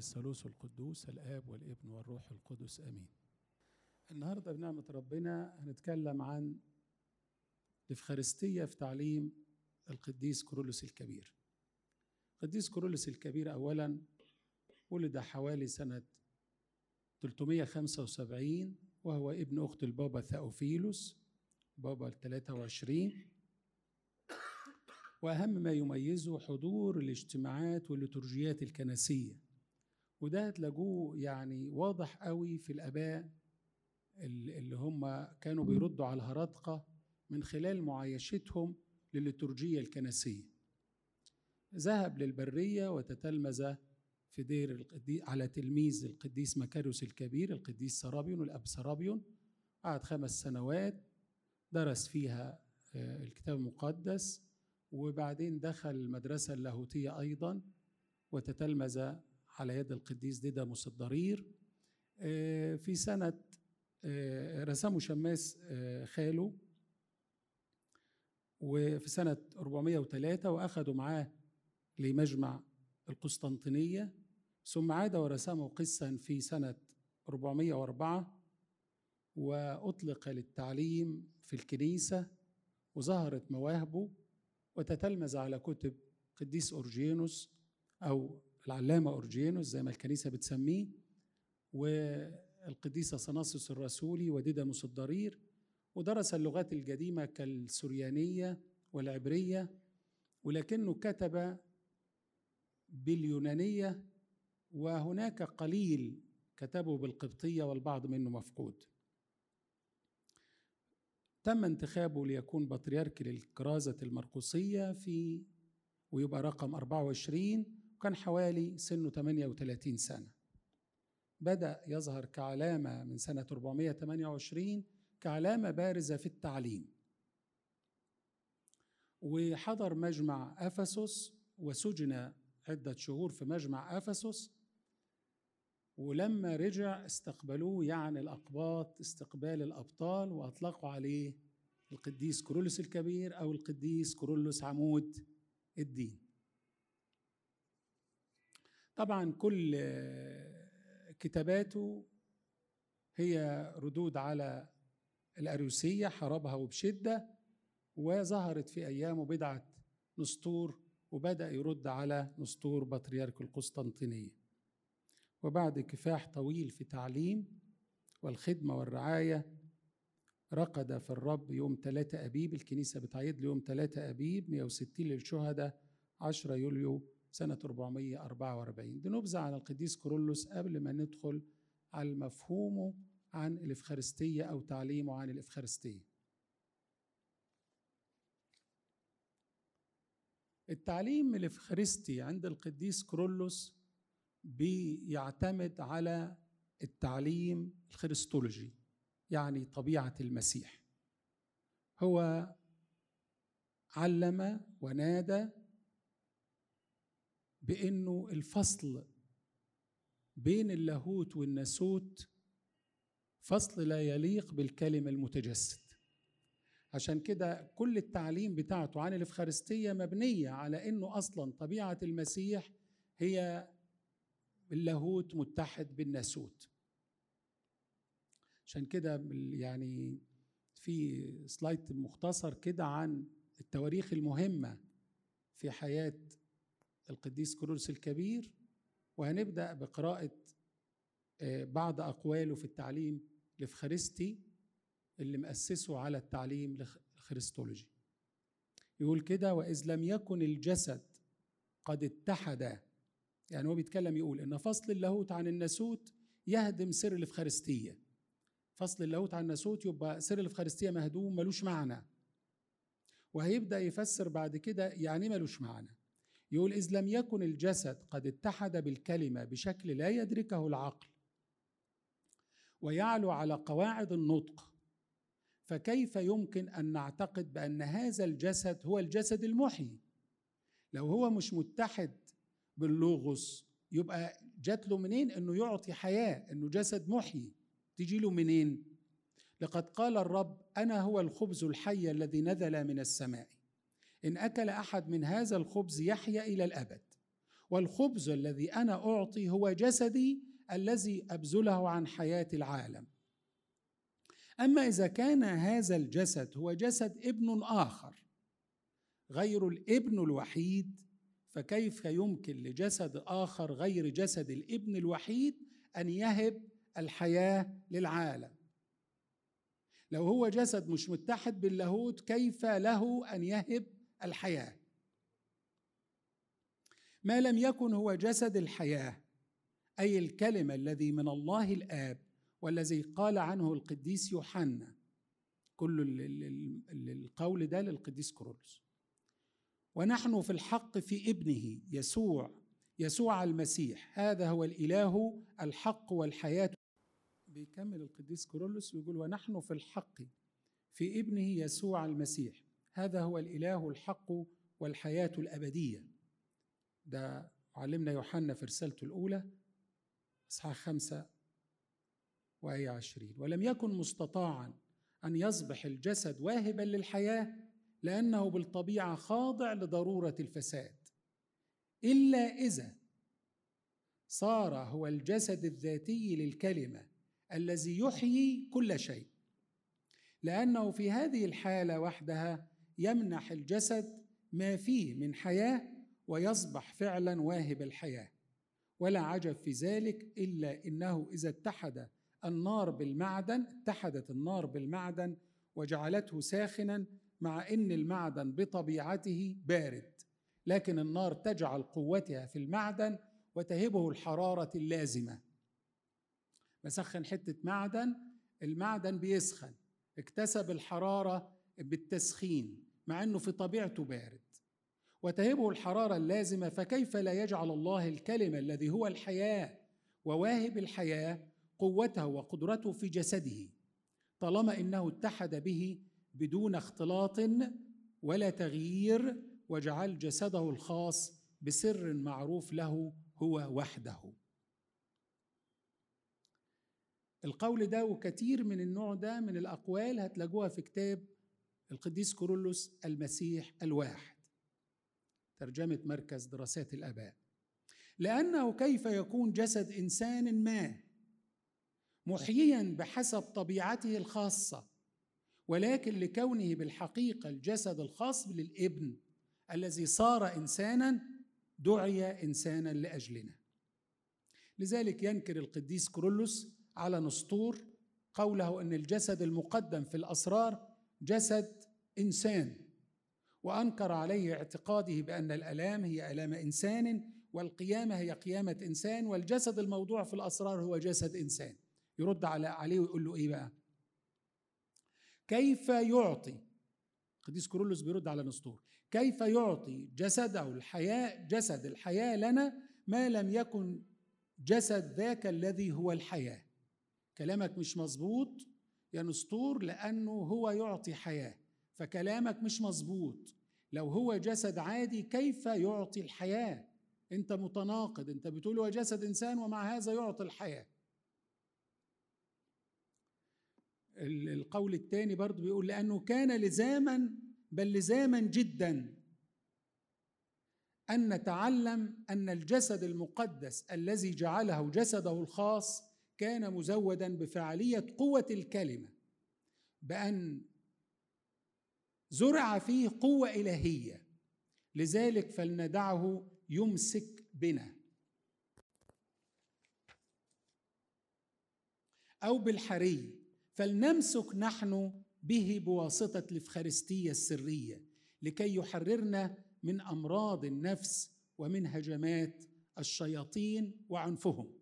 الثالوث القدوس الآب والابن والروح القدس آمين. النهارده بنعمة ربنا هنتكلم عن الإفخارستية في تعليم القديس كيرلس الكبير. القديس كيرلس الكبير أولا ولد حوالي سنة 375 وهو ابن أخت البابا ثأوفيلوس بابا 23، وأهم ما يميزه حضور الاجتماعات والليتورجيات الكنسية، وده هتلاقوه يعني واضح قوي في الآباء اللي هم كانوا بيردوا على الهرطقة من خلال معايشتهم للليتورجية الكنسية. ذهب للبرية وتتلمذ في دير القديس على تلميذ القديس مكاريوس الكبير القديس سرابيون والأب سرابيون، قعد 5 سنوات درس فيها الكتاب المقدس، وبعدين دخل المدرسة اللاهوتية أيضا وتتلمذ على يد القديس ديداموس الضرير. في سنة رسمه شماس خاله وفي سنة 403 وأخذوا معاه لمجمع القسطنطينية، ثم عاد ورسمه قسا في سنة 404 وأطلق للتعليم في الكنيسة وظهرت مواهبه وتتلمذ على كتب قديس أورجينوس أو العلامة أورجينوس زي ما الكنيسة بتسميه، والقديس اثناسيوس الرسولي وديداموس الضرير، ودرس اللغات القديمة كالسريانية والعبرية، ولكنه كتب باليونانية وهناك قليل كتبه بالقبطية والبعض منه مفقود. تم انتخابه ليكون بطريرك للكرازة المرقسية ويبقى رقم 24، وكان حوالي سنه 38 سنة. بدأ يظهر كعلامة من سنة 428 كعلامة بارزة في التعليم، وحضر مجمع أفسس وسجن عدة شهور في مجمع أفسس، ولما رجع استقبلوه يعني الأقباط استقبال الأبطال وأطلقوا عليه القديس كيرلس الكبير أو القديس كيرلس عمود الدين. طبعا كل كتاباته هي ردود على الأريوسية، حاربها وبشدة، وظهرت في أيامه بدعة نسطور وبدأ يرد على نسطور بطريرك القسطنطينية. وبعد كفاح طويل في تعليم والخدمة والرعاية رقد في الرب يوم 3 أبيب، الكنيسة بتعيد له يوم 3 أبيب 160 للشهداء 10 يوليو سنة 444. دي نبذة عن القديس كيرلس قبل ما ندخل على مفهومه عن الإفخارستية أو تعليمه عن الإفخارستية. التعليم الإفخارستي عند القديس كيرلس بيعتمد على التعليم الخريستولوجي، يعني طبيعة المسيح. هو علم ونادى بأنه الفصل بين اللاهوت والناسوت فصل لا يليق بالكلمة المتجسد. عشان كده كل التعليم بتاعته عن الإفخارستية مبنية على أنه أصلا طبيعة المسيح هي اللاهوت متحد بالناسوت. عشان كده يعني في سلايد مختصر كده عن التواريخ المهمة في حياة القديس كيرلس الكبير، وهنبدأ بقراءة بعض أقواله في التعليم الإفخارستي اللي مؤسسه على التعليم الخريستولوجي. يقول كده: وإذ لم يكن الجسد قد اتحد، يعني هو بيتكلم يقول إن فصل اللاهوت عن الناسوت يهدم سر الإفخارستية. فصل اللاهوت عن الناسوت يبقى سر الإفخارستية مهدوم ملوش معنى، وهيبدأ يفسر بعد كده يعني ملوش معنى. يقول: إذ لم يكن الجسد قد اتحد بالكلمة بشكل لا يدركه العقل ويعلو على قواعد النطق، فكيف يمكن أن نعتقد بأن هذا الجسد هو الجسد المحيي؟ لو هو مش متحد باللوغوس يبقى جات له منين أنه يعطي حياة؟ أنه جسد محيي تجي له منين؟ لقد قال الرب: أنا هو الخبز الحي الذي نزل من السماء، إن أكل أحد من هذا الخبز يحيا إلى الأبد، والخبز الذي أنا أعطي هو جسدي الذي أبذله عن حياة العالم. أما إذا كان هذا الجسد هو جسد ابن آخر غير الابن الوحيد، فكيف يمكن لجسد آخر غير جسد الابن الوحيد أن يهب الحياة للعالم؟ لو هو جسد مش متحد باللاهوت، كيف له أن يهب الحياة؟ ما لم يكن هو جسد الحياة، أي الكلمة الذي من الله الآب والذي قال عنه القديس يوحنا، كل القول ده للقديس كورولوس. ونحن في الحق في ابنه يسوع المسيح، هذا هو الإله الحق والحياة. بيكمل القديس كورولوس ويقول: ونحن في الحق في ابنه يسوع المسيح، هذا هو الإله الحق والحياة الأبدية. ده علمنا يوحنا في رسالته الأولى إصحاح 5 وآية 20. ولم يكن مستطاعا أن يصبح الجسد واهبا للحياة، لأنه بالطبيعة خاضع لضرورة الفساد، إلا إذا صار هو الجسد الذاتي للكلمة الذي يحيي كل شيء، لأنه في هذه الحالة وحدها يمنح الجسد ما فيه من حياة ويصبح فعلا واهب الحياة. ولا عجب في ذلك، إلا إنه إذا اتحدت النار بالمعدن وجعلته ساخنا، مع إن المعدن بطبيعته بارد، لكن النار تجعل قوتها في المعدن وتهبه الحرارة اللازمة. بسخن حتة معدن، المعدن بيسخن، اكتسب الحرارة بالتسخين مع أنه في طبيعته بارد، وتهبه الحرارة اللازمة. فكيف لا يجعل الله الكلمة الذي هو الحياة وواهب الحياة قوته وقدرته في جسده، طالما إنه اتحد به بدون اختلاط ولا تغيير، وجعل جسده الخاص بسر معروف له هو وحده. القول ده وكثير من النوع ده من الأقوال هتلاقوها في كتاب القديس كورولوس المسيح الواحد، ترجمة مركز دراسات الآباء. لأنه كيف يكون جسد إنسان ما محييا بحسب طبيعته الخاصة، ولكن لكونه بالحقيقة الجسد الخاص للابن الذي صار إنسانا دعي إنسانا لأجلنا. لذلك ينكر القديس كورولوس على نسطور قوله أن الجسد المقدم في الأسرار جسد إنسان، وأنكر عليه اعتقاده بأن الآلام هي آلام إنسان والقيامة هي قيامة إنسان، والجسد الموضوع في الأسرار هو جسد إنسان. يرد عليه ويقول له إيه بقى؟ كيف يعطي القديس كورولوس بيرد على نسطور: كيف يعطي جسد الحياة لنا ما لم يكن جسد ذاك الذي هو الحياة؟ كلامك مش مظبوط يا نسطور، لأنه هو يعطي حياة، فكلامك مش مظبوط. لو هو جسد عادي كيف يعطي الحياة؟ انت متناقض، انت بتقول هو جسد إنسان ومع هذا يعطي الحياة. القول الثاني برضو بيقول: لأنه كان لزاما جدا أن نتعلم أن الجسد المقدس الذي جعله جسده الخاص كان مزودا بفعالية قوة الكلمة، بأن زرع فيه قوة إلهية، لذلك فلندعه يمسك بنا. أو بالحري فلنمسك نحن به بواسطة الإفخارستية السرية، لكي يحررنا من أمراض النفس ومن هجمات الشياطين وعنفهم.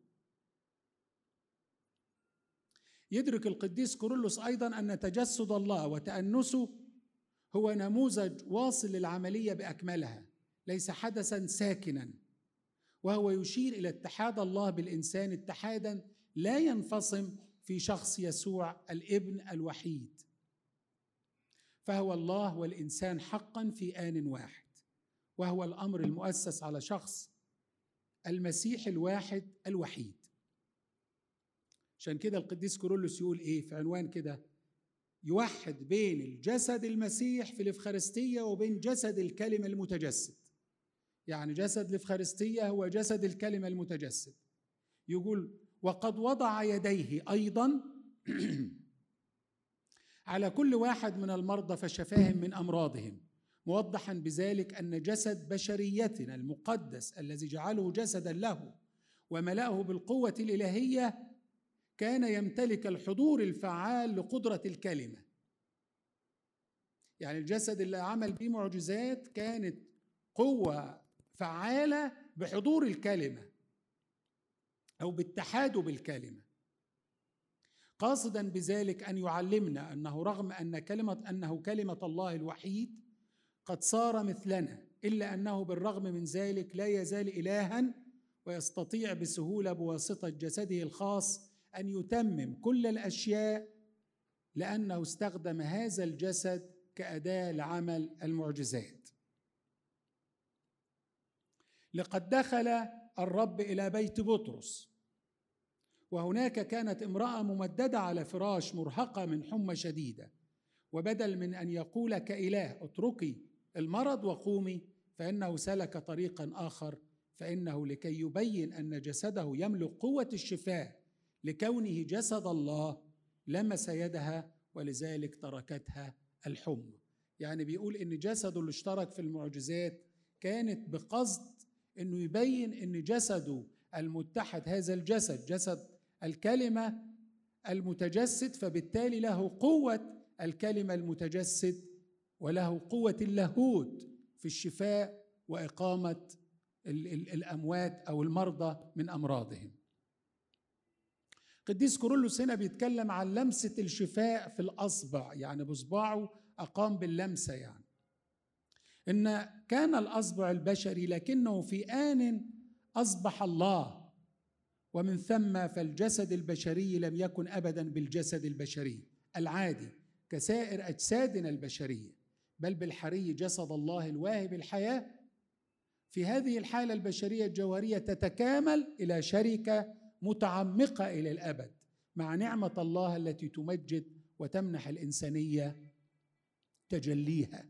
يدرك القديس كورولوس أيضا أن تجسد الله وتأنسه هو نموذج واصل للعملية بأكملها، ليس حدثا ساكنا، وهو يشير إلى اتحاد الله بالإنسان اتحادا لا ينفصم في شخص يسوع الابن الوحيد، فهو الله والإنسان حقا في آن واحد، وهو الأمر المؤسس على شخص المسيح الواحد الوحيد. عشان كده القديس كورولوس يقول إيه في عنوان كده: يوحد بين الجسد المسيح في الإفخارستية وبين جسد الكلمة المتجسد. يعني جسد الإفخارستية هو جسد الكلمة المتجسد. يقول وقد وضع يديه أيضا على كل واحد من المرضى فشفاهم من أمراضهم، موضحا بذلك أن جسد بشريتنا المقدس الذي جعله جسدا له وملأه بالقوة الإلهية كان يمتلك الحضور الفعال لقدرة الكلمة. يعني الجسد اللي عمل به معجزات كانت قوة فعالة بحضور الكلمة أو باتحاده بالكلمة، قاصدا بذلك أن يعلمنا أنه رغم أنه كلمة الله الوحيد قد صار مثلنا، إلا أنه بالرغم من ذلك لا يزال إلها ويستطيع بسهولة بواسطة جسده الخاص أن يتمم كل الأشياء، لأنه استخدم هذا الجسد كأداة لعمل المعجزات. لقد دخل الرب إلى بيت بطرس، وهناك كانت امرأة ممددة على فراش مرهقة من حمى شديدة، وبدل من أن يقول كإله اتركي المرض وقومي، فإنه سلك طريقا آخر، فإنه لكي يبين أن جسده يملك قوة الشفاء لكونه جسد الله لمس يدها ولذلك تركتها الحمى. يعني بيقول إن جسده اللي اشترك في المعجزات كانت بقصد إنه يبين إن جسده المتحد، هذا الجسد جسد الكلمة المتجسد، فبالتالي له قوة الكلمة المتجسد وله قوة اللاهوت في الشفاء وإقامة الأموات أو المرضى من أمراضهم. قديس كورولوس هنا بيتكلم عن لمسة الشفاء في الأصبع، يعني بصباعه أقام باللمسة، يعني إن كان الأصبع البشري لكنه في آن أصبح الله، ومن ثم فالجسد البشري لم يكن أبدا بالجسد البشري العادي كسائر أجسادنا البشرية، بل بالحري جسد الله الواهب الحياة. في هذه الحالة البشرية الجوهرية تتكامل إلى شركة متعمقة إلى الأبد مع نعمة الله التي تمجد وتمنح الإنسانية تجليها.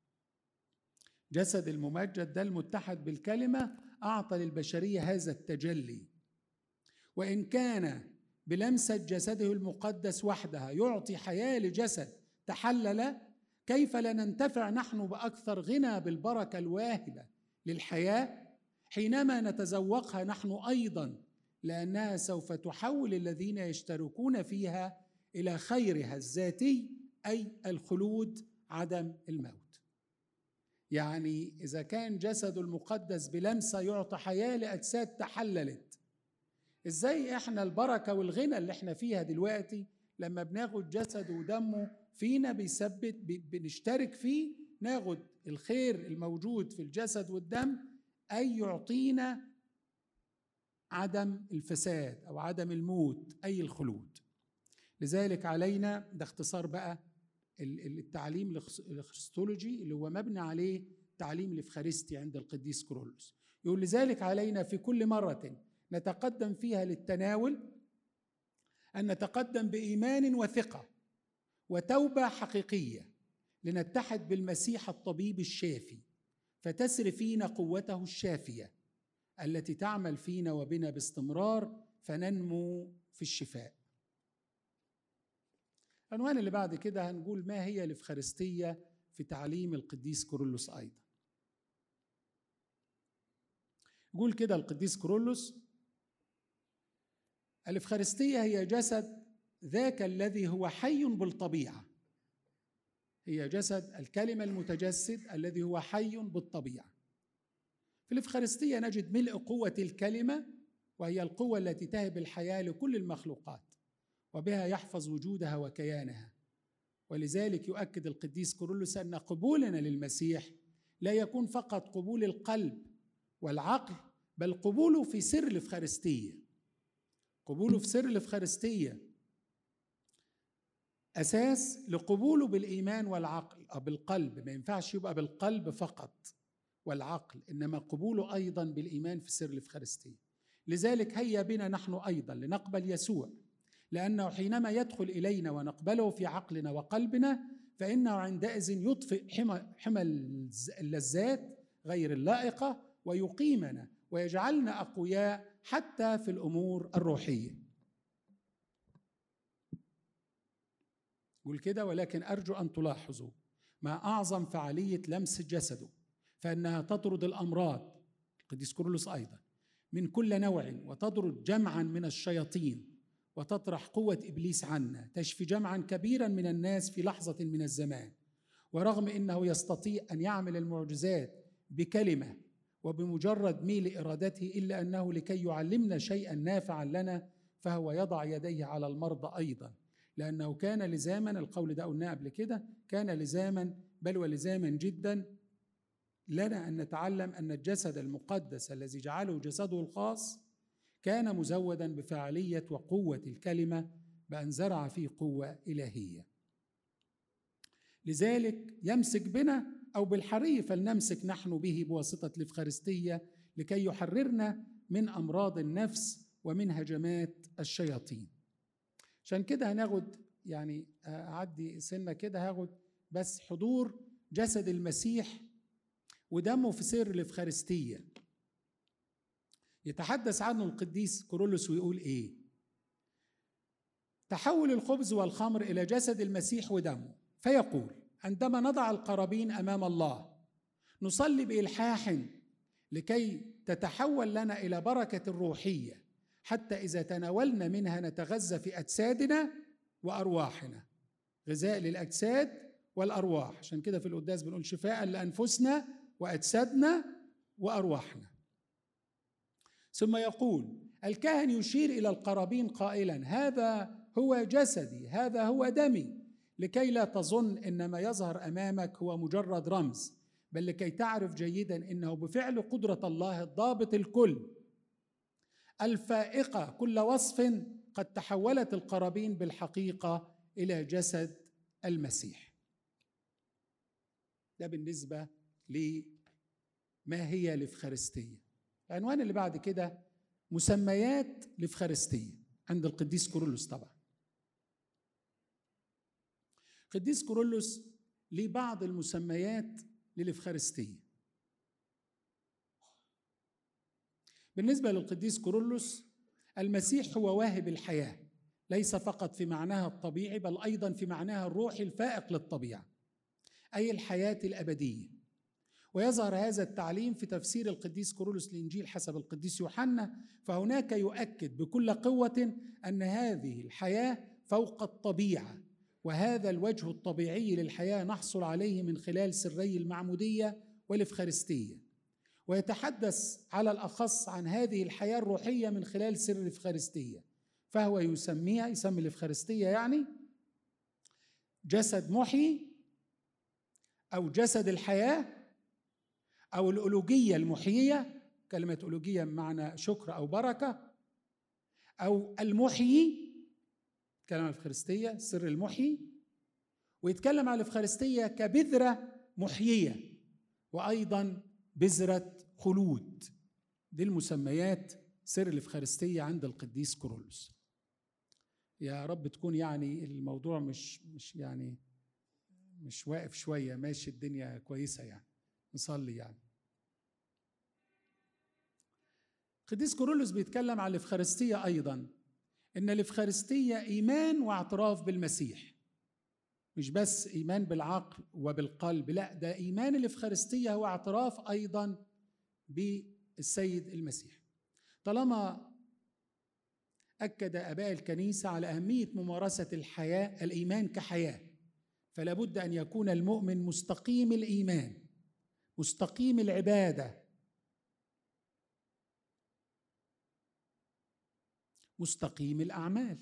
جسد الممجد ده المتحد بالكلمة أعطى للبشرية هذا التجلي، وإن كان بلمسة جسده المقدس وحدها يعطي حياة لجسد تحلل، كيف لا ننتفع نحن بأكثر غنى بالبركة الواهبة للحياة حينما نتذوقها نحن أيضا، لأنها سوف تحول الذين يشتركون فيها إلى خيرها الذاتي، أي الخلود عدم الموت. يعني إذا كان جسد المقدس بلمسة يعطي حياة لأجساد تحللت، إزاي إحنا البركة والغنى اللي إحنا فيها دلوقتي لما بناخد جسد ودمه فينا بيثبت بنشترك فيه، ناخد الخير الموجود في الجسد والدم، أي يعطينا عدم الفساد أو عدم الموت، أي الخلود. لذلك علينا، ده اختصار بقى التعليم الخريستولوجي اللي هو مبني عليه تعليم الإفخارستي عند القديس كورولوس. يقول لذلك علينا في كل مرة نتقدم فيها للتناول أن نتقدم بإيمان وثقة وتوبة حقيقية لنتحد بالمسيح الطبيب الشافي، فتسري فينا قوته الشافية التي تعمل فينا وبنا باستمرار فننمو في الشفاء. العنوان اللي بعد كده هنقول ما هي الإفخارستية في تعليم القديس كورولوس أيضا. يقول كده القديس كورولوس: الإفخارستية هي جسد ذاك الذي هو حي بالطبيعة، هي جسد الكلمة المتجسد الذي هو حي بالطبيعة. في الإفخارستية نجد ملء قوة الكلمة، وهي القوة التي تهب الحياة لكل المخلوقات وبها يحفظ وجودها وكيانها. ولذلك يؤكد القديس كورولوس أن قبولنا للمسيح لا يكون فقط قبول القلب والعقل، بل قبوله في سر الإفخارستية. قبوله في سر الإفخارستية أساس لقبوله بالإيمان والعقل أو بالقلب. ما ينفعش يبقى بالقلب فقط والعقل، إنما قبوله أيضا بالإيمان في سر الإفخارستية. لذلك هيا بنا نحن أيضا لنقبل يسوع، لأنه حينما يدخل إلينا ونقبله في عقلنا وقلبنا فإنه عندئذ يطفئ حمى اللذات غير اللائقة ويقيمنا ويجعلنا أقوياء حتى في الأمور الروحية. يقول كده: ولكن أرجو أن تلاحظوا ما أعظم فعالية لمس جسده، فإنها تطرد الأمراض، القديس كورولوس أيضا، من كل نوع، وتطرد جمعا من الشياطين، وتطرح قوة إبليس عنا، تشفي جمعا كبيرا من الناس في لحظة من الزمان. ورغم أنه يستطيع أن يعمل المعجزات بكلمة وبمجرد ميل إرادته، إلا أنه لكي يعلمنا شيئا نافعا لنا فهو يضع يديه على المرضى أيضا، لأنه كان لزاما، القول ده قلناه قبل كده، كان لزاما بل ولزاما جدا لنا أن نتعلم أن الجسد المقدس الذي جعله جسده الخاص كان مزودا بفعالية وقوة الكلمة، بأن زرع فيه قوة إلهية. لذلك يمسك بنا، أو بالحري فلنمسك نحن به بواسطة الإفخارستية، لكي يحررنا من أمراض النفس ومن هجمات الشياطين. عشان كده هناخد، يعني أعدي سنة كده، هاخد بس حضور جسد المسيح ودمه في سر الإفخارستية. يتحدث عنه القديس كورولوس ويقول إيه؟ تحول الخبز والخمر إلى جسد المسيح ودمه، فيقول: عندما نضع القرابين أمام الله نصلي بإلحاح لكي تتحول لنا إلى بركة روحية، حتى إذا تناولنا منها نتغذى في أجسادنا وأرواحنا، غذاء للأجساد والأرواح. عشان كده في القداس بنقول: شفاء لأنفسنا وأجسادنا وأرواحنا. ثم يقول: الكاهن يشير إلى القرابين قائلا: هذا هو جسدي، هذا هو دمي، لكي لا تظن إن ما يظهر أمامك هو مجرد رمز، بل لكي تعرف جيدا إنه بفعل قدرة الله الضابط الكل الفائقة كل وصف قد تحولت القرابين بالحقيقة إلى جسد المسيح. ده بالنسبة لما هي الإفخارستية. العنوان اللي بعد كده: مسميات الإفخارستية عند القديس كورولوس. طبعا القديس كورولوس ليه بعض المسميات للإفخارستية. بالنسبة للقديس كورولوس، المسيح هو واهب الحياة، ليس فقط في معناها الطبيعي بل أيضا في معناها الروحي الفائق للطبيعة، أي الحياة الأبدية. ويظهر هذا التعليم في تفسير القديس كورولوس للإنجيل حسب القديس يوحنا، فهناك يؤكد بكل قوة أن هذه الحياة فوق الطبيعة، وهذا الوجه الطبيعي للحياة نحصل عليه من خلال سري المعمودية والإفخارستية. ويتحدث على الأخص عن هذه الحياة الروحية من خلال سر الإفخارستية، فهو يسمي الإفخارستية يعني جسد محيي، أو جسد الحياة، أو الألوجية المحيية، كلمة ألوجية بمعنى شكر أو بركة، أو المحيي، كلمة الإفخارستية سر المحيي. ويتكلم عن الإفخارستية كبذرة محيية، وأيضا بذرة خلود. دي المسميات سر الإفخارستية عند القديس كورولوس. يا رب تكون يعني الموضوع مش يعني مش واقف شوية، ماشي الدنيا كويسة، يعني نصلي. يعني القديس كورولوس بيتكلم عن الإفخارستية أيضا إن الإفخارستية إيمان واعتراف بالمسيح، مش بس إيمان بالعقل وبالقلب، لا، ده إيمان الإفخارستية هو اعتراف أيضا بالسيد المسيح. طالما أكد آباء الكنيسة على أهمية ممارسة الحياة، الإيمان كحياة، فلا بد أن يكون المؤمن مستقيم الإيمان، مستقيم العبادة، مستقيم الأعمال.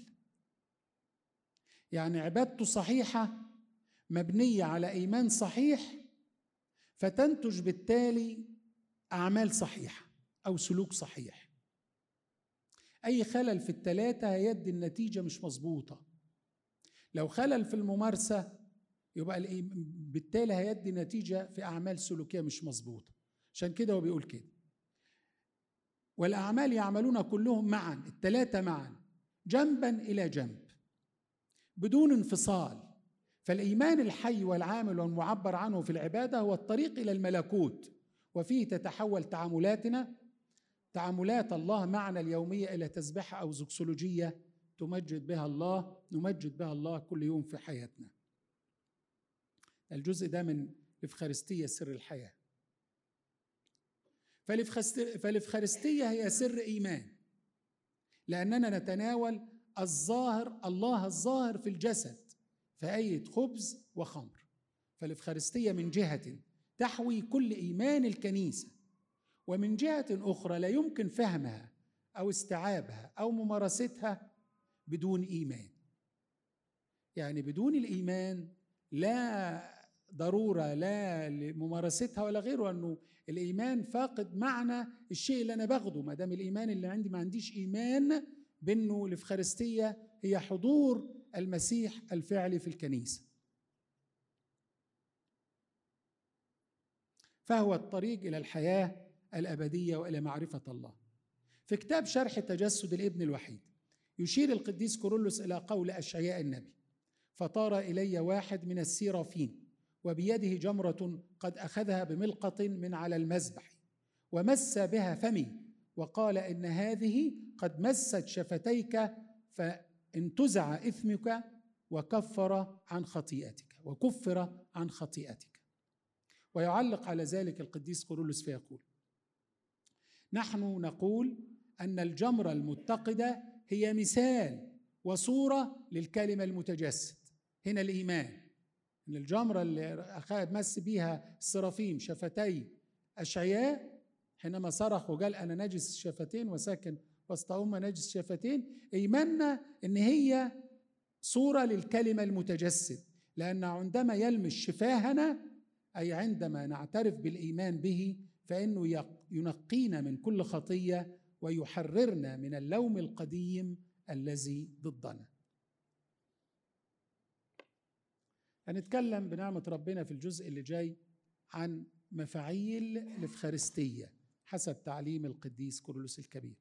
يعني عبادته صحيحة مبنية على إيمان صحيح، فتنتج بالتالي أعمال صحيحة أو سلوك صحيح. أي خلل في الثلاثة هيدي النتيجة مش مظبوطة. لو خلل في الممارسة يبقى بالتالي هيدي نتيجة في أعمال سلوكية مش مظبوطة. عشان كده هو بيقول كده: والأعمال يعملون كلهم معا، الثلاثة معا، جنبا إلى جنب بدون انفصال. فالإيمان الحي والعامل والمعبر عنه في العبادة هو الطريق إلى الملكوت، وفيه تتحول تعاملات الله معنا اليومية إلى تسبيحة أو زوكسولوجية نمجد بها الله كل يوم في حياتنا. الجزء ده من الإفخارستية سر الحياة. فالإفخارستية هي سر إيمان، لأننا نتناول الله الظاهر في الجسد فأية خبز وخمر. فالإفخارستية من جهة تحوي كل إيمان الكنيسة، ومن جهة أخرى لا يمكن فهمها أو استيعابها أو ممارستها بدون إيمان. يعني بدون الإيمان لا ضرورة لا لممارستها ولا غيره، أنه الإيمان فاقد معنى الشيء اللي أنا باخده. ما دام الإيمان اللي عندي ما عنديش إيمان بأنه الإفخارستية هي حضور المسيح الفعلي في الكنيسة. فهو الطريق إلى الحياة الأبدية وإلى معرفة الله. في كتاب شرح تجسد الابن الوحيد يشير القديس كورولوس إلى قول أشعياء النبي: فطار إلي واحد من السيرافين وبيده جمرة قد أخذها بملقة من على المذبح ومس بها فمي وقال: إن هذه قد مست شفتيك فانتزع إثمك وكفر عن خطيئتك. ويعلق على ذلك القديس كورولوس فيقول: نحن نقول أن الجمرة المتقدة هي مثال وصورة للكلمة المتجسد. هنا الإيمان أن الجمرة اللي أخذ مس بيها السرافيم شفتي أشعياء حينما صرخ وقال: أنا نجس الشفتين وساكن وسط نجس الشفتين، إيماننا أن هي صورة للكلمة المتجسد، لأن عندما يلمس شفاهنا أي عندما نعترف بالإيمان به فإنه ينقينا من كل خطية ويحررنا من اللوم القديم الذي ضدنا. هنتكلم بنعمة ربنا في الجزء اللي جاي عن مفاعيل الإفخارستية حسب تعليم القديس كورولوس الكبير.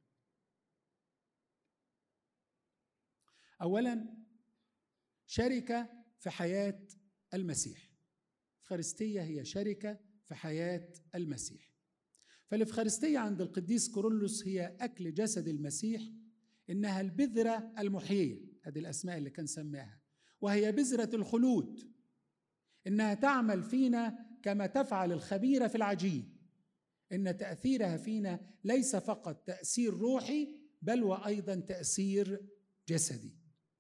أولا، شركة في حياة المسيح. الإفخارستية هي شركة في حياة المسيح. فالإفخارستية عند القديس كورولوس هي أكل جسد المسيح، إنها البذرة المحيية، هذه الأسماء اللي كان سماها، وهي بذرة الخلود، إنها تعمل فينا كما تفعل الخميرة في العجين، إن تأثيرها فينا ليس فقط تأثير روحي بل وأيضا تأثير جسدي.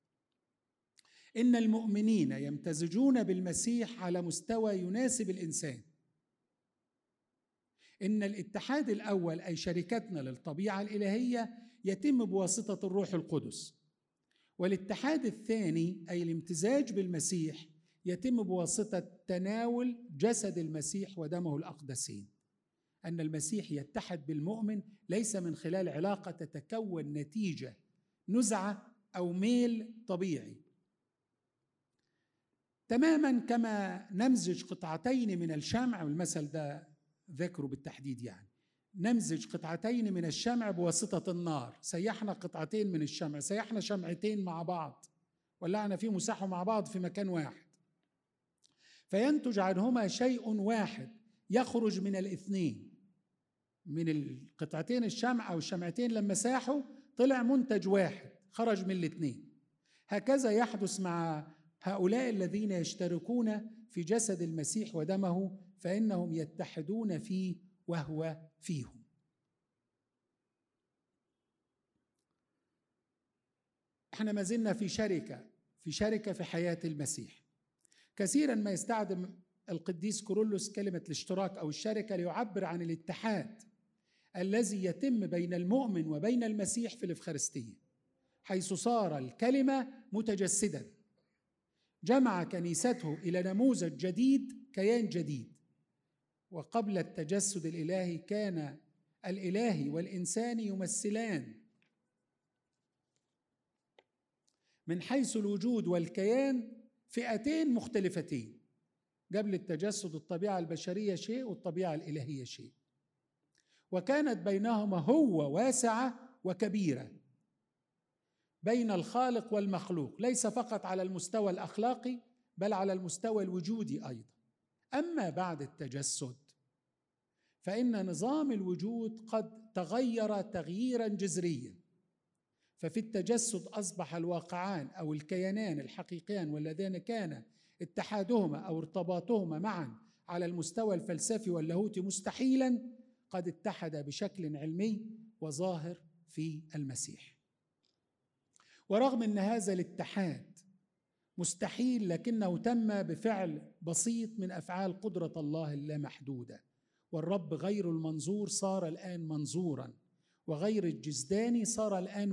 إن المؤمنين يمتزجون بالمسيح على مستوى يناسب الإنسان. إن الاتحاد الأول أي شركتنا للطبيعة الإلهية يتم بواسطة الروح القدس، والاتحاد الثاني أي الامتزاج بالمسيح يتم بواسطة تناول جسد المسيح ودمه الأقدسين. أن المسيح يتحد بالمؤمن ليس من خلال علاقة تتكون نتيجة نزعة أو ميل طبيعي، تماما كما نمزج قطعتين من الشمع، والمثل ده ذكره بالتحديد، يعني نمزج قطعتين من الشمع بواسطة النار. سيحنا قطعتين من الشمع، سيحنا شمعتين مع بعض، ولعنا فيه مساحوا مع بعض في مكان واحد، فينتج عنهما شيء واحد يخرج من الاثنين. من القطعتين الشمع أو الشمعتين لما ساحوا طلع منتج واحد خرج من الاثنين. هكذا يحدث مع هؤلاء الذين يشتركون في جسد المسيح ودمه، فإنهم يتحدون فيه وهو فيهم. احنا ما زلنا في شركة في حياة المسيح. كثيرا ما يستخدم القديس كورولوس كلمة الاشتراك أو الشركة ليعبر عن الاتحاد الذي يتم بين المؤمن وبين المسيح في الإفخارستية، حيث صار الكلمة متجسدا، جمع كنيسته إلى نموذج جديد، كيان جديد. وقبل التجسد الإلهي كان الإلهي والإنساني يمثلان من حيث الوجود والكيان فئتين مختلفتين. قبل التجسد الطبيعة البشرية شيء والطبيعة الإلهية شيء، وكانت بينهما هو واسعة وكبيرة بين الخالق والمخلوق، ليس فقط على المستوى الأخلاقي بل على المستوى الوجودي أيضا. أما بعد التجسد فإن نظام الوجود قد تغير تغييرا جذريا، ففي التجسد أصبح الواقعان أو الكيانان الحقيقيان واللذان كان اتحادهما أو ارتباطهما معا على المستوى الفلسفي واللاهوتي مستحيلا قد اتحد بشكل علمي وظاهر في المسيح. ورغم أن هذا الاتحاد مستحيل، لكنه تم بفعل بسيط من أفعال قدرة الله اللامحدودة. والرب غير المنظور صار الآن منظورا، وغير الجسداني صار الآن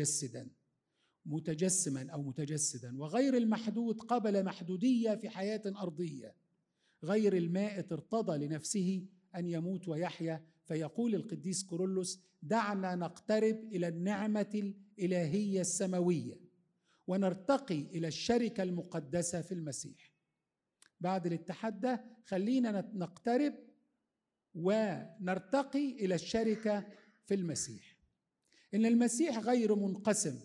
متجسما أو متجسدا، وغير المحدود قبل محدودية في حياة أرضية، غير المائت ارتضى لنفسه أن يموت ويحيا. فيقول القديس كورولوس: دعنا نقترب إلى النعمة الإلهية السماوية ونرتقي إلى الشركة المقدسة في المسيح. بعد الاتحاد ده خلينا نقترب ونرتقي إلى الشركة في المسيح. إن المسيح غير منقسم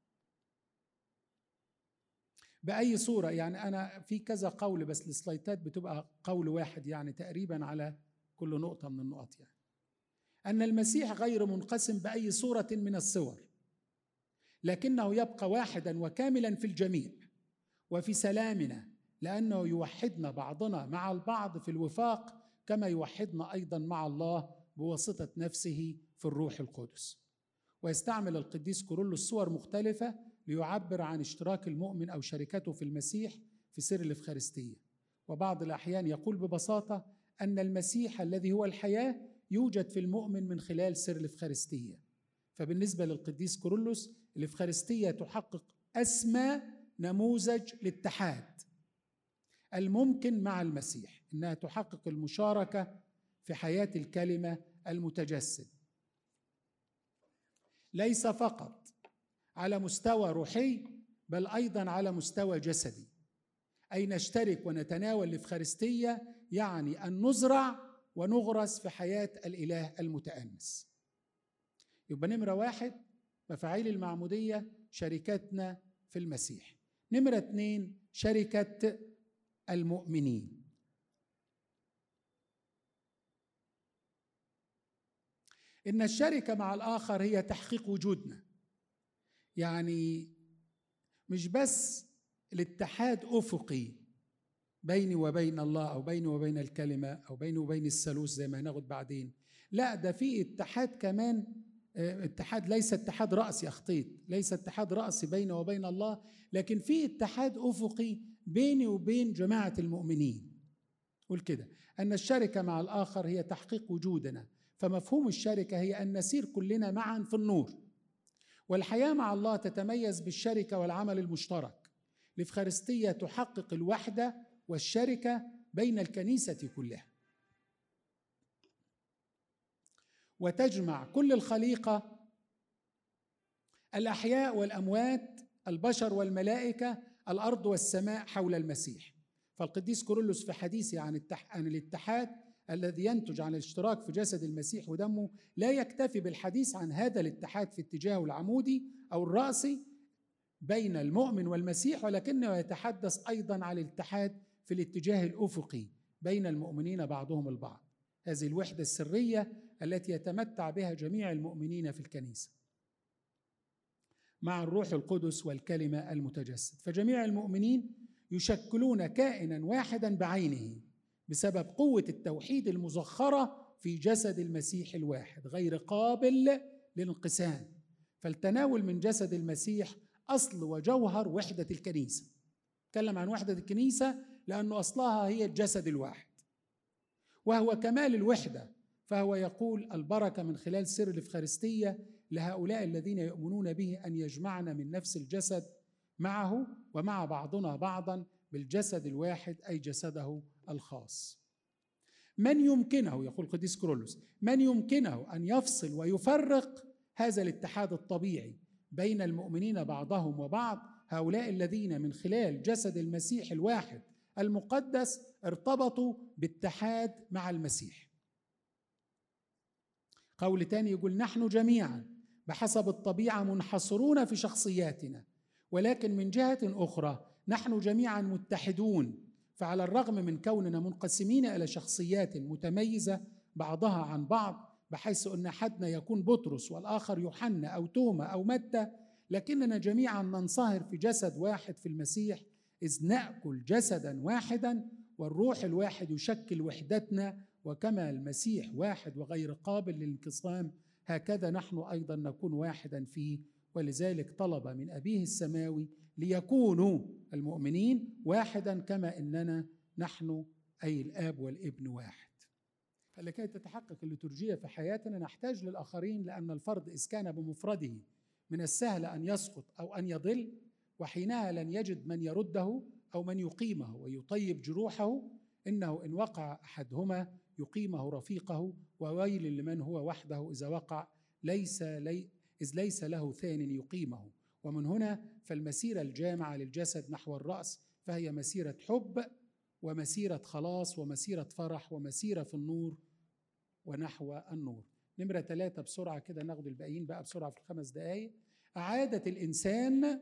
بأي صورة. يعني أنا في كذا قول، بس السلايتات بتبقى قول واحد يعني تقريبا على كل نقطة من النقط. يعني أن المسيح غير منقسم بأي صورة من الصور، لكنه يبقى واحدا وكاملا في الجميع وفي سلامنا، لأنه يوحدنا بعضنا مع البعض في الوفاق، كما يوحدنا أيضا مع الله بواسطة نفسه في الروح القدس. ويستعمل القديس كورولوس صور مختلفة ليعبر عن اشتراك المؤمن أو شركته في المسيح في سر الإفخارستية. وبعض الأحيان يقول ببساطة أن المسيح الذي هو الحياة يوجد في المؤمن من خلال سر الإفخارستية. فبالنسبة للقديس كورولوس الإفخارستية تحقق أسمى نموذج للاتحاد الممكن مع المسيح، إنها تحقق المشاركة في حياة الكلمة المتجسد، ليس فقط على مستوى روحي بل أيضا على مستوى جسدي، أي نشترك ونتناول الإفخارستية، يعني أن نزرع ونغرس في حياة الإله المتأنس. يبقى نمرة 1 مفاعيل المعمودية شركتنا في المسيح. نمرة 2 شركة المؤمنين. إن الشركة مع الآخر هي تحقيق وجودنا، يعني مش بس الاتحاد أفقي بيني وبين الله أو بيني وبين الكلمة أو بيني وبين الثالوث زي ما هناخد بعدين، لا، ده في اتحاد كمان، اتحاد ليس اتحاد رأسي، أخطيت، ليس اتحاد رأسي بيني وبين الله، لكن في اتحاد أفقي بيني وبين جماعة المؤمنين. قول كده: أن الشركة مع الآخر هي تحقيق وجودنا. فمفهوم الشركة هي أن نسير كلنا معا في النور، والحياة مع الله تتميز بالشركة والعمل المشترك. الإفخارستية تحقق الوحدة والشركة بين الكنيسة كلها، وتجمع كل الخليقة، الأحياء والأموات، البشر والملائكة، الأرض والسماء حول المسيح. فالقديس كورولوس في حديثه عن الاتحاد الذي ينتج عن الاشتراك في جسد المسيح ودمه لا يكتفي بالحديث عن هذا الاتحاد في اتجاهه العمودي أو الرأسي بين المؤمن والمسيح، ولكنه يتحدث أيضا عن الاتحاد في الاتجاه الأفقي بين المؤمنين بعضهم البعض، هذه الوحدة السرية التي يتمتع بها جميع المؤمنين في الكنيسة مع الروح القدس والكلمة المتجسد. فجميع المؤمنين يشكلون كائنا واحدا بعينه بسبب قوة التوحيد المزخرة في جسد المسيح الواحد غير قابل للانقسام. فالتناول من جسد المسيح أصل وجوهر وحدة الكنيسة. تكلم عن وحدة الكنيسة لأنه أصلها هي الجسد الواحد وهو كمال الوحدة. فهو يقول: البركة من خلال سر الإفخارستية لهؤلاء الذين يؤمنون به أن يجمعنا من نفس الجسد معه ومع بعضنا بعضا بالجسد الواحد، أي جسده الخاص. من يمكنه، يقول القديس كورولوس، من يمكنه أن يفصل ويفرق هذا الاتحاد الطبيعي بين المؤمنين بعضهم وبعض، هؤلاء الذين من خلال جسد المسيح الواحد المقدس ارتبطوا باتحاد مع المسيح. قول تاني يقول: نحن جميعا بحسب الطبيعة منحصرون في شخصياتنا، ولكن من جهة أخرى نحن جميعا متحدون. فعلى الرغم من كوننا منقسمين إلى شخصيات متميزة بعضها عن بعض، بحيث أن أحدنا يكون بطرس والآخر يوحنا أو توما أو متى، لكننا جميعا ننصهر في جسد واحد في المسيح، إذ نأكل جسدا واحدا والروح الواحد يشكل وحدتنا، وكما المسيح واحد وغير قابل للانقسام هكذا نحن أيضا نكون واحدا فيه. ولذلك طلب من أبيه السماوي ليكونوا المؤمنين واحدا كما إننا نحن أي الآب والابن واحد. فلكي تتحقق الليتورجية في حياتنا نحتاج للآخرين، لأن الفرد إذ كان بمفرده من السهل أن يسقط أو أن يضل، وحينها لن يجد من يرده أو من يقيمه ويطيب جروحه. إنه إن وقع أحدهما يقيمه رفيقه، وويل لمن هو وحده إذا وقع إذ ليس له ثان يقيمه. ومن هنا فالمسيرة الجامعة للجسد نحو الرأس فهي مسيرة حب ومسيرة خلاص ومسيرة فرح ومسيرة في النور ونحو النور. نمرة 3 بسرعة كده، ناخد الباقيين بقى بسرعة في 5 دقايق. إعادة الإنسان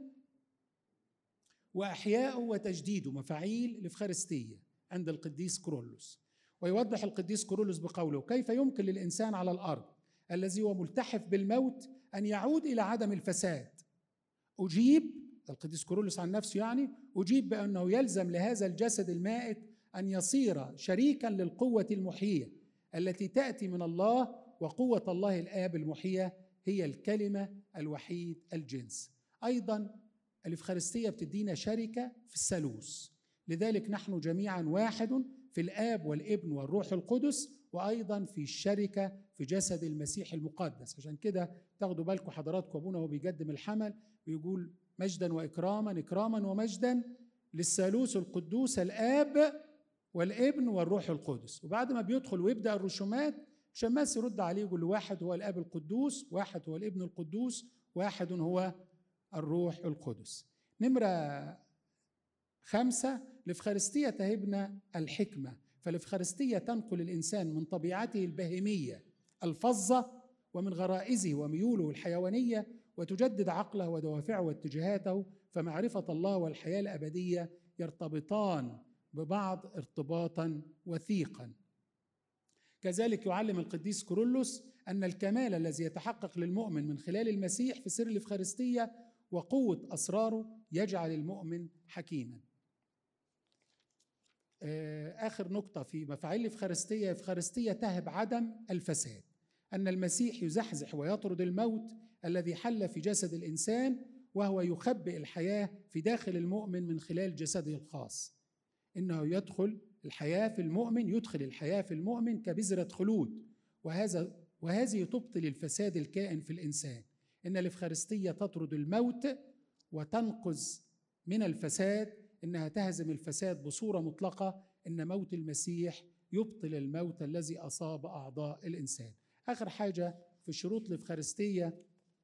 وإحياءه وتجديده، مفاعيل الإفخارستية عند القديس كيرلس. ويوضح القديس كيرلس بقوله: كيف يمكن للإنسان على الأرض الذي هو ملتحف بالموت أن يعود إلى عدم الفساد؟ أجيب القديس كيرلس عن نفسه، يعني أجيب بأنه يلزم لهذا الجسد المائت أن يصير شريكا للقوة المحيية التي تأتي من الله، وقوة الله الآب المحيية هي الكلمة الوحيد الجنس. أيضا الإفخارستية بتدينا شركة في الثالوث، لذلك نحن جميعا واحد في الآب والابن والروح القدس، وأيضا في الشركة في جسد المسيح المقدس. عشان كده تاخدوا بالكم حضراتكم، أبونا وهو بيقدم الحمل بيقول: مجدا وإكراما، إكراما ومجدا للثالوث القدوس الآب والابن والروح القدس. وبعد ما بيدخل ويبدأ الرسومات، شماس يرد عليه يقول له: واحد هو الآب القدوس، واحد هو الابن القدوس، واحد هو الروح القدس. نمرة 5 الإفخارستية تهبنا الحكمة. فالإفخارستية تنقل الإنسان من طبيعته البهيمية الفظة ومن غرائزه وميوله الحيوانية، وتجدد عقله ودوافعه واتجاهاته، فمعرفة الله والحياة الأبدية يرتبطان ببعض ارتباطا وثيقا. كذلك يعلم القديس كيرلس أن الكمال الذي يتحقق للمؤمن من خلال المسيح في سر الإفخارستية وقوة أسراره يجعل المؤمن حكيما. آخر نقطة في مفاعيل الإفخارستية: الإفخارستية تهب عدم الفساد، أن المسيح يزحزح ويطرد الموت الذي حل في جسد الإنسان، وهو يخبئ الحياة في داخل المؤمن من خلال جسده الخاص. إنه يدخل الحياة في المؤمن كبذرة خلود، وهذه تبطل الفساد الكائن في الإنسان. إن الإفخارستية تطرد الموت وتنقذ من الفساد، إنها تهزم الفساد بصورة مطلقة. إن موت المسيح يبطل الموت الذي أصاب أعضاء الإنسان. آخر حاجة في شروط الإفخارستية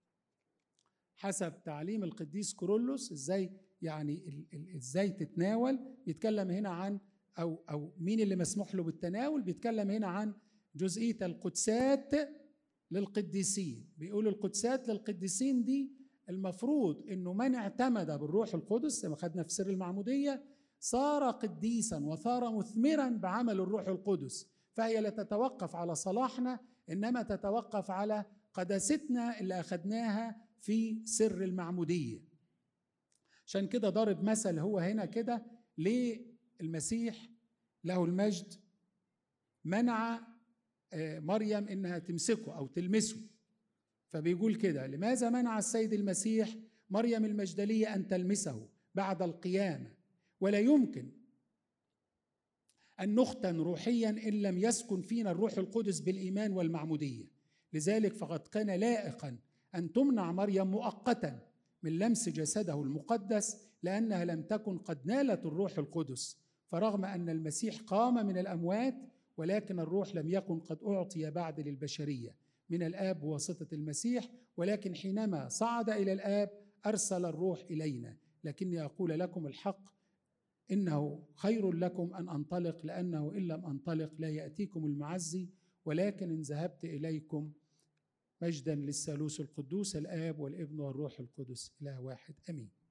حسب تعليم القديس كيرلس، إزاي تتناول. يتكلم هنا عن أو مين اللي مسموح له بالتناول. بيتكلم هنا عن جزئية القدسات للقديسين. بيقول القدسات للقديسين دي المفروض إنه من اعتمد بالروح القدس زي ما خدنا في سر المعمودية صار قديسا وصار مثمرا بعمل الروح القدس. فهي لا تتوقف على صلاحنا، إنما تتوقف على قداستنا اللي أخدناها في سر المعمودية. عشان كده ضارب مثل هو هنا كده: ليه المسيح له المجد منع مريم إنها تمسكه أو تلمسه؟ فبيقول كده: لماذا منع السيد المسيح مريم المجدلية أن تلمسه بعد القيامة؟ ولا يمكن أن نختن روحيا إن لم يسكن فينا الروح القدس بالإيمان والمعمودية. لذلك فقد كان لائقا أن تمنع مريم مؤقتا من لمس جسده المقدس، لأنها لم تكن قد نالت الروح القدس. فرغم أن المسيح قام من الأموات، ولكن الروح لم يكن قد أعطي بعد للبشرية من الآب بواسطة المسيح، ولكن حينما صعد إلى الآب أرسل الروح إلينا. لكني أقول لكم الحق، إنه خير لكم أن أنطلق، لأنه إن لم أنطلق لا يأتيكم المعزي، ولكن إن ذهبت إليكم. مجدا للثالوث القدوس الآب والابن والروح القدس إله واحد، آمين.